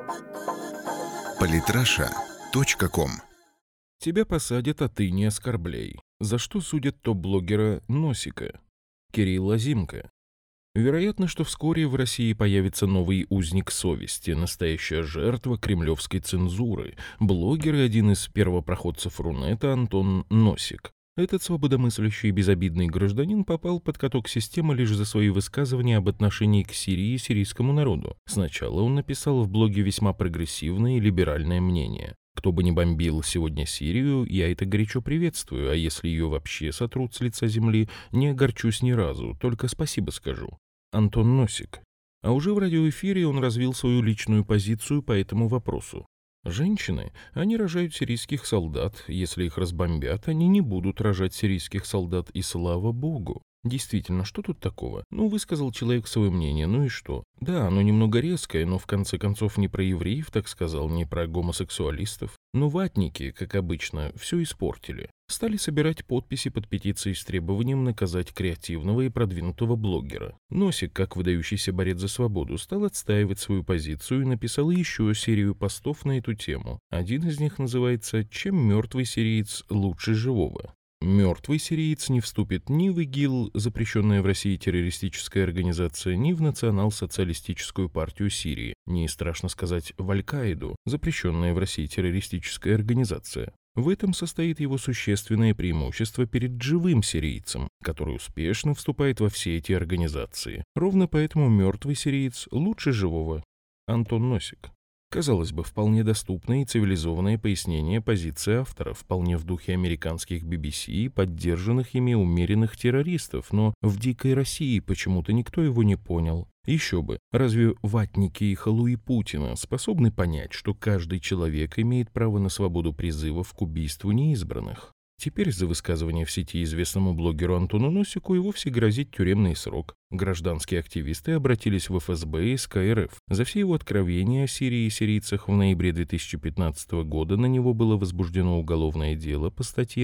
Политраша.ком. Тебя посадят, а ты не оскорбляй. За что судят топ-блогера Носика? Кирилл Лазимко. Вероятно, что вскоре в России появится новый узник совести, настоящая жертва кремлевской цензуры, блогер и один из первопроходцев Рунета Антон Носик. Этот свободомыслящий безобидный гражданин попал под каток системы лишь за свои высказывания об отношении к Сирии и сирийскому народу. Сначала он написал в блоге весьма прогрессивное и либеральное мнение. Кто бы ни бомбил сегодня Сирию, я это горячо приветствую, а если ее вообще сотрут с лица земли, не огорчусь ни разу, только спасибо скажу. Антон Носик. А уже в радиоэфире он развил свою личную позицию по этому вопросу. Женщины, они рожают сирийских солдат, если их разбомбят, они не будут рожать сирийских солдат, и слава богу. Действительно, что тут такого? Высказал человек свое мнение, ну и что? Да, оно немного резкое, но в конце концов не про евреев, так сказал, не про гомосексуалистов. Но ватники, как обычно, все испортили. Стали собирать подписи под петицией с требованием наказать креативного и продвинутого блогера. Носик, как выдающийся борец за свободу, стал отстаивать свою позицию и написал еще серию постов на эту тему. Один из них называется «Чем мертвый сириец лучше живого?». Мертвый сириец не вступит ни в ИГИЛ, запрещенная в России террористическая организация, ни в Национал-социалистическую партию Сирии, ни, страшно сказать, в Аль-Каиду, запрещенная в России террористическая организация. В этом состоит его существенное преимущество перед живым сирийцем, который успешно вступает во все эти организации. Ровно поэтому мертвый сириец лучше живого. Антон Носик. Казалось бы, вполне доступное и цивилизованное пояснение позиции автора, вполне в духе американских BBC и поддержанных ими умеренных террористов, но в дикой России почему-то никто его не понял. Еще бы, разве ватники и халуи Путина способны понять, что каждый человек имеет право на свободу призывов к убийству неизбранных? Теперь за высказывание в сети известному блогеру Антону Носику и вовсе грозит тюремный срок. Гражданские активисты обратились в ФСБ и СК РФ. За все его откровения о Сирии и сирийцах в ноябре 2015 года на него было возбуждено уголовное дело по статье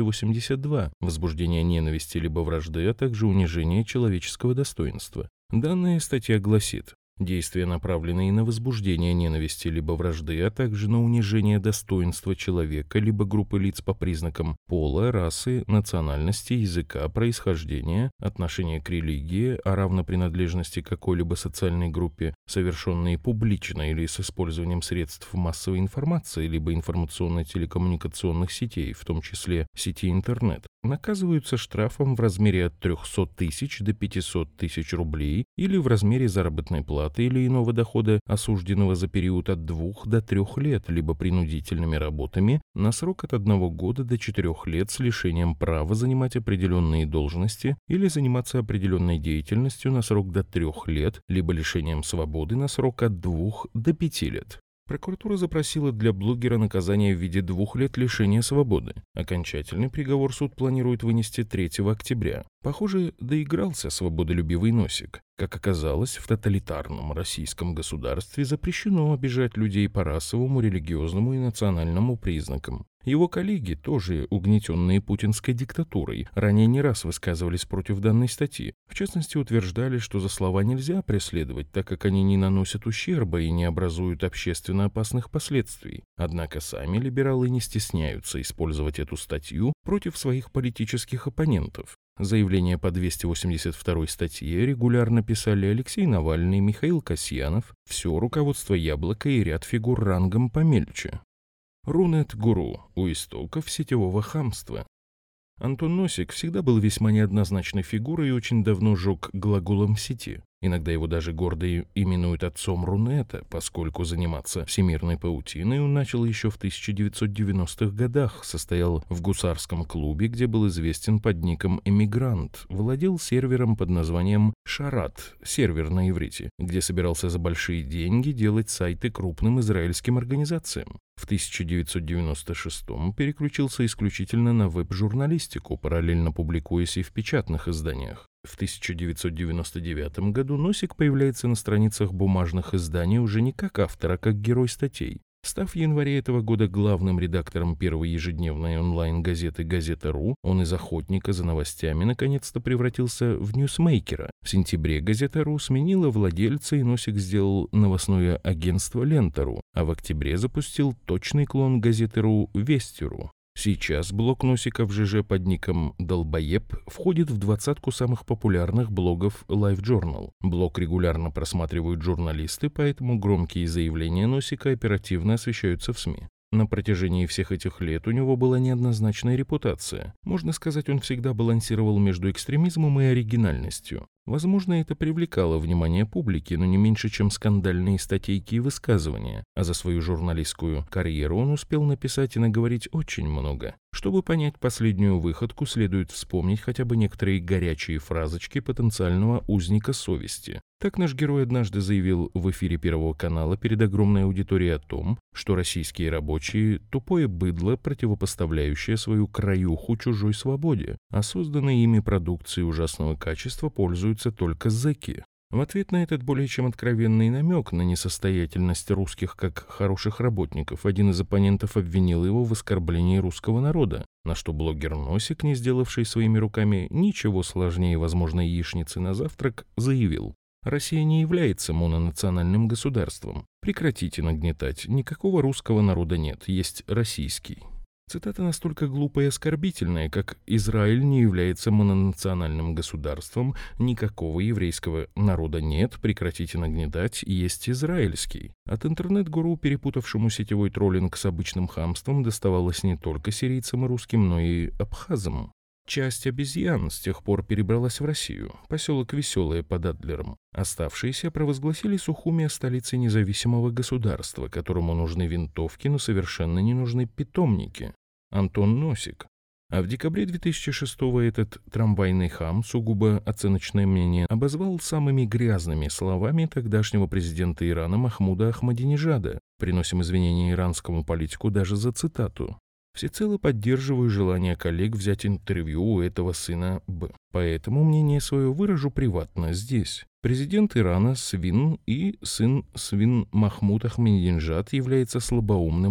282 «Возбуждение ненависти либо вражды, а также унижение человеческого достоинства». Данная статья гласит: действия, направленные на возбуждение ненависти либо вражды, а также на унижение достоинства человека либо группы лиц по признакам пола, расы, национальности, языка, происхождения, отношения к религии, а равно принадлежности к какой-либо социальной группе, совершенные публично или с использованием средств массовой информации либо информационно-телекоммуникационных сетей, в том числе сети интернет, наказываются штрафом в размере от 300 тысяч до 500 тысяч рублей или в размере заработной платы или иного дохода осужденного за период от 2 до 3 лет, либо принудительными работами на срок от 1 года до 4 лет с лишением права занимать определенные должности или заниматься определенной деятельностью на срок до 3 лет, либо лишением свободы на срок от 2 до 5 лет. Прокуратура запросила для блогера наказание в виде 2 лет лишения свободы. Окончательный приговор суд планирует вынести 3 октября. Похоже, доигрался свободолюбивый Носик. Как оказалось, в тоталитарном российском государстве запрещено обижать людей по расовому, религиозному и национальному признакам. Его коллеги, тоже угнетенные путинской диктатурой, ранее не раз высказывались против данной статьи. В частности, утверждали, что за слова нельзя преследовать, так как они не наносят ущерба и не образуют общественно опасных последствий. Однако сами либералы не стесняются использовать эту статью против своих политических оппонентов. Заявления по 282 статье регулярно писали Алексей Навальный, Михаил Касьянов, все руководство «Яблока» и ряд фигур рангом помельче. Рунет-гуру у истоков сетевого хамства. Антон Носик всегда был весьма неоднозначной фигурой и очень давно жег глаголом в сети. Иногда его даже гордо именуют отцом Рунета, поскольку заниматься всемирной паутиной он начал еще в 1990-х годах, состоял в гусарском клубе, где был известен под ником «Эмигрант», владел сервером под названием «Шарат», сервер на иврите, где собирался за большие деньги делать сайты крупным израильским организациям. В 1996-м переключился исключительно на веб-журналистику, параллельно публикуясь и в печатных изданиях. В 1999 году Носик появляется на страницах бумажных изданий уже не как автор, а как герой статей. Став в январе этого года главным редактором первой ежедневной онлайн-газеты «Газета.ру», он из охотника за новостями наконец-то превратился в ньюсмейкера. В сентябре «Газета.ру» сменила владельца, и Носик сделал новостное агентство «Лента.ру», а в октябре запустил точный клон «Газеты.ру» «Вести.ру». Сейчас блог Носика в ЖЖ под ником «Долбоеб» входит в двадцатку самых популярных блогов LiveJournal. Блог регулярно просматривают журналисты, поэтому громкие заявления Носика оперативно освещаются в СМИ. На протяжении всех этих лет у него была неоднозначная репутация. Можно сказать, он всегда балансировал между экстремизмом и оригинальностью. Возможно, это привлекало внимание публики, но не меньше, чем скандальные статейки и высказывания. А за свою журналистскую карьеру он успел написать и наговорить очень много. Чтобы понять последнюю выходку, следует вспомнить хотя бы некоторые горячие фразочки потенциального узника совести. Так наш герой однажды заявил в эфире Первого канала перед огромной аудиторией о том, что российские рабочие – тупое быдло, противопоставляющее свою краюху чужой свободе, а созданные ими продукции ужасного качества пользуются только зэки. В ответ на этот более чем откровенный намек на несостоятельность русских как хороших работников, один из оппонентов обвинил его в оскорблении русского народа, на что блогер Носик, не сделавший своими руками ничего сложнее возможной яичницы на завтрак, заявил: «Россия не является мононациональным государством. Прекратите нагнетать. Никакого русского народа нет, есть российский». Цитата настолько глупая и оскорбительная, как «Израиль не является мононациональным государством, никакого еврейского народа нет, прекратите нагнетать, есть израильский». От интернет-гуру, перепутавшему сетевой троллинг с обычным хамством, доставалось не только сирийцам и русским, но и абхазам. Часть обезьян с тех пор перебралась в Россию, поселок Веселое под Адлером. Оставшиеся провозгласили Сухуми столицей независимого государства, которому нужны винтовки, но совершенно не нужны питомники. Антон Носик. А в декабре 2006-го этот трамвайный хам, сугубо оценочное мнение, обозвал самыми грязными словами тогдашнего президента Ирана Махмуда Ахмадинежада. Приносим извинения иранскому политику даже за цитату. Всецело поддерживаю желание коллег взять интервью у этого сына Б. Поэтому мнение свое выражу приватно здесь. Президент Ирана свин и сын свин Махмуд Ахмадинежад является слабоумным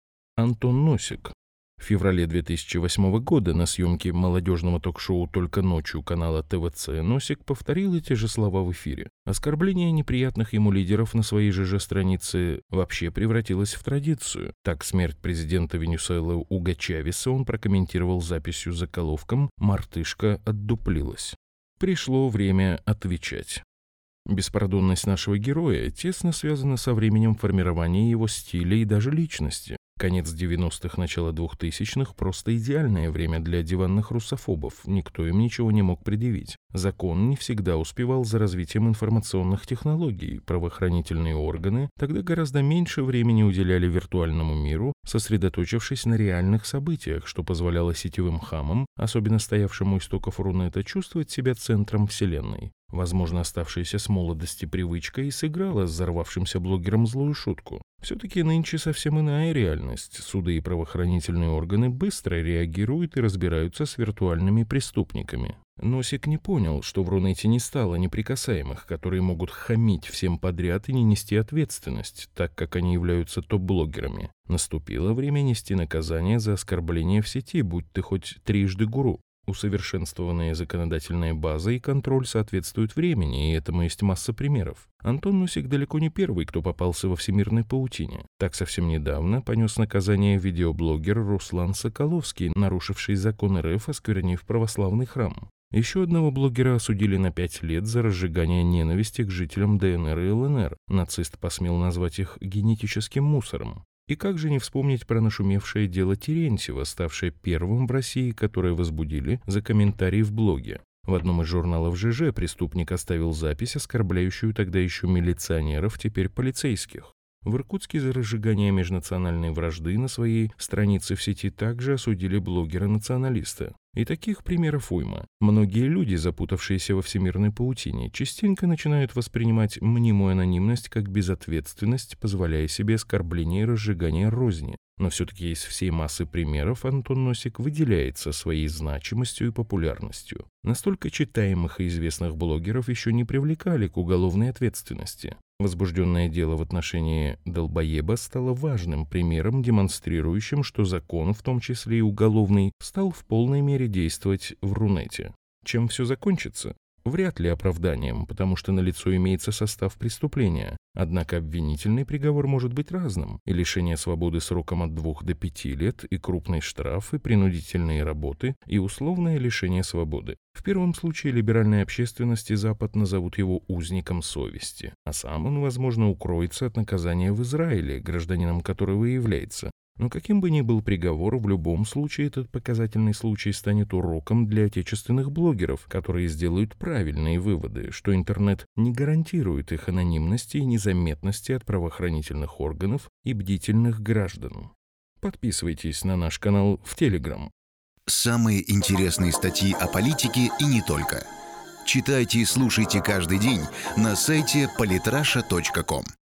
Антон Носик. В феврале 2008 года на съемке молодежного ток-шоу «Только ночью» канала ТВЦ Носик повторил эти же слова в эфире. Оскорбление неприятных ему лидеров на своей ЖЖ-странице вообще превратилось в традицию. Так, смерть президента Венесуэлы Уго Чавеса он прокомментировал записью заголовком «Мартышка отдуплилась». Пришло время отвечать. Беспардонность нашего героя тесно связана со временем формирования его стиля и даже личности. Конец 90-х, начало 2000-х – просто идеальное время для диванных русофобов, никто им ничего не мог предъявить. Закон не всегда успевал за развитием информационных технологий, правоохранительные органы тогда гораздо меньше времени уделяли виртуальному миру, сосредоточившись на реальных событиях, что позволяло сетевым хамам, особенно стоявшим у истоков Рунета, чувствовать себя центром вселенной. Возможно, оставшаяся с молодости привычка и сыграла с взорвавшимся блогером злую шутку. Все-таки нынче совсем иная реальность. Суды и правоохранительные органы быстро реагируют и разбираются с виртуальными преступниками. Носик не понял, что в Рунете не стало неприкасаемых, которые могут хамить всем подряд и не нести ответственность, так как они являются топ-блогерами. Наступило время нести наказание за оскорбление в сети, будь ты хоть трижды гуру. Усовершенствованная законодательная база и контроль соответствуют времени, и этому есть масса примеров. Антон Носик далеко не первый, кто попался во всемирной паутине. Так совсем недавно понес наказание видеоблогер Руслан Соколовский, нарушивший закон РФ, осквернив православный храм. Еще одного блогера осудили на 5 лет за разжигание ненависти к жителям ДНР и ЛНР. Нацист посмел назвать их генетическим мусором. И как же не вспомнить про нашумевшее дело Терентьева, ставшее первым в России, которое возбудили за комментарий в блоге. В одном из журналов ЖЖ преступник оставил запись, оскорбляющую тогда еще милиционеров, теперь полицейских. В Иркутске за разжигание межнациональной вражды на своей странице в сети также осудили блогера-националиста. И таких примеров уйма. Многие люди, запутавшиеся во всемирной паутине, частенько начинают воспринимать мнимую анонимность как безответственность, позволяя себе оскорбление и разжигание розни. Но все-таки из всей массы примеров Антон Носик выделяется своей значимостью и популярностью. Настолько читаемых и известных блогеров еще не привлекали к уголовной ответственности. Возбужденное дело в отношении долбоеба стало важным примером, демонстрирующим, что закон, в том числе и уголовный, стал в полной мере действовать в Рунете. Чем все закончится? Вряд ли оправданием, потому что налицо имеется состав преступления. Однако обвинительный приговор может быть разным: и лишение свободы сроком от 2 до 5 лет, и крупный штраф, и принудительные работы, и условное лишение свободы. В первом случае либеральной общественности Запад назовут его узником совести, а сам он, возможно, укроется от наказания в Израиле, гражданином которого и является. Но каким бы ни был приговор, в любом случае этот показательный случай станет уроком для отечественных блогеров, которые сделают правильные выводы, что интернет не гарантирует их анонимности и незаметности от правоохранительных органов и бдительных граждан. Подписывайтесь на наш канал в Telegram. Самые интересные статьи о политике и не только. Читайте и слушайте каждый день на сайте polytrasha.com.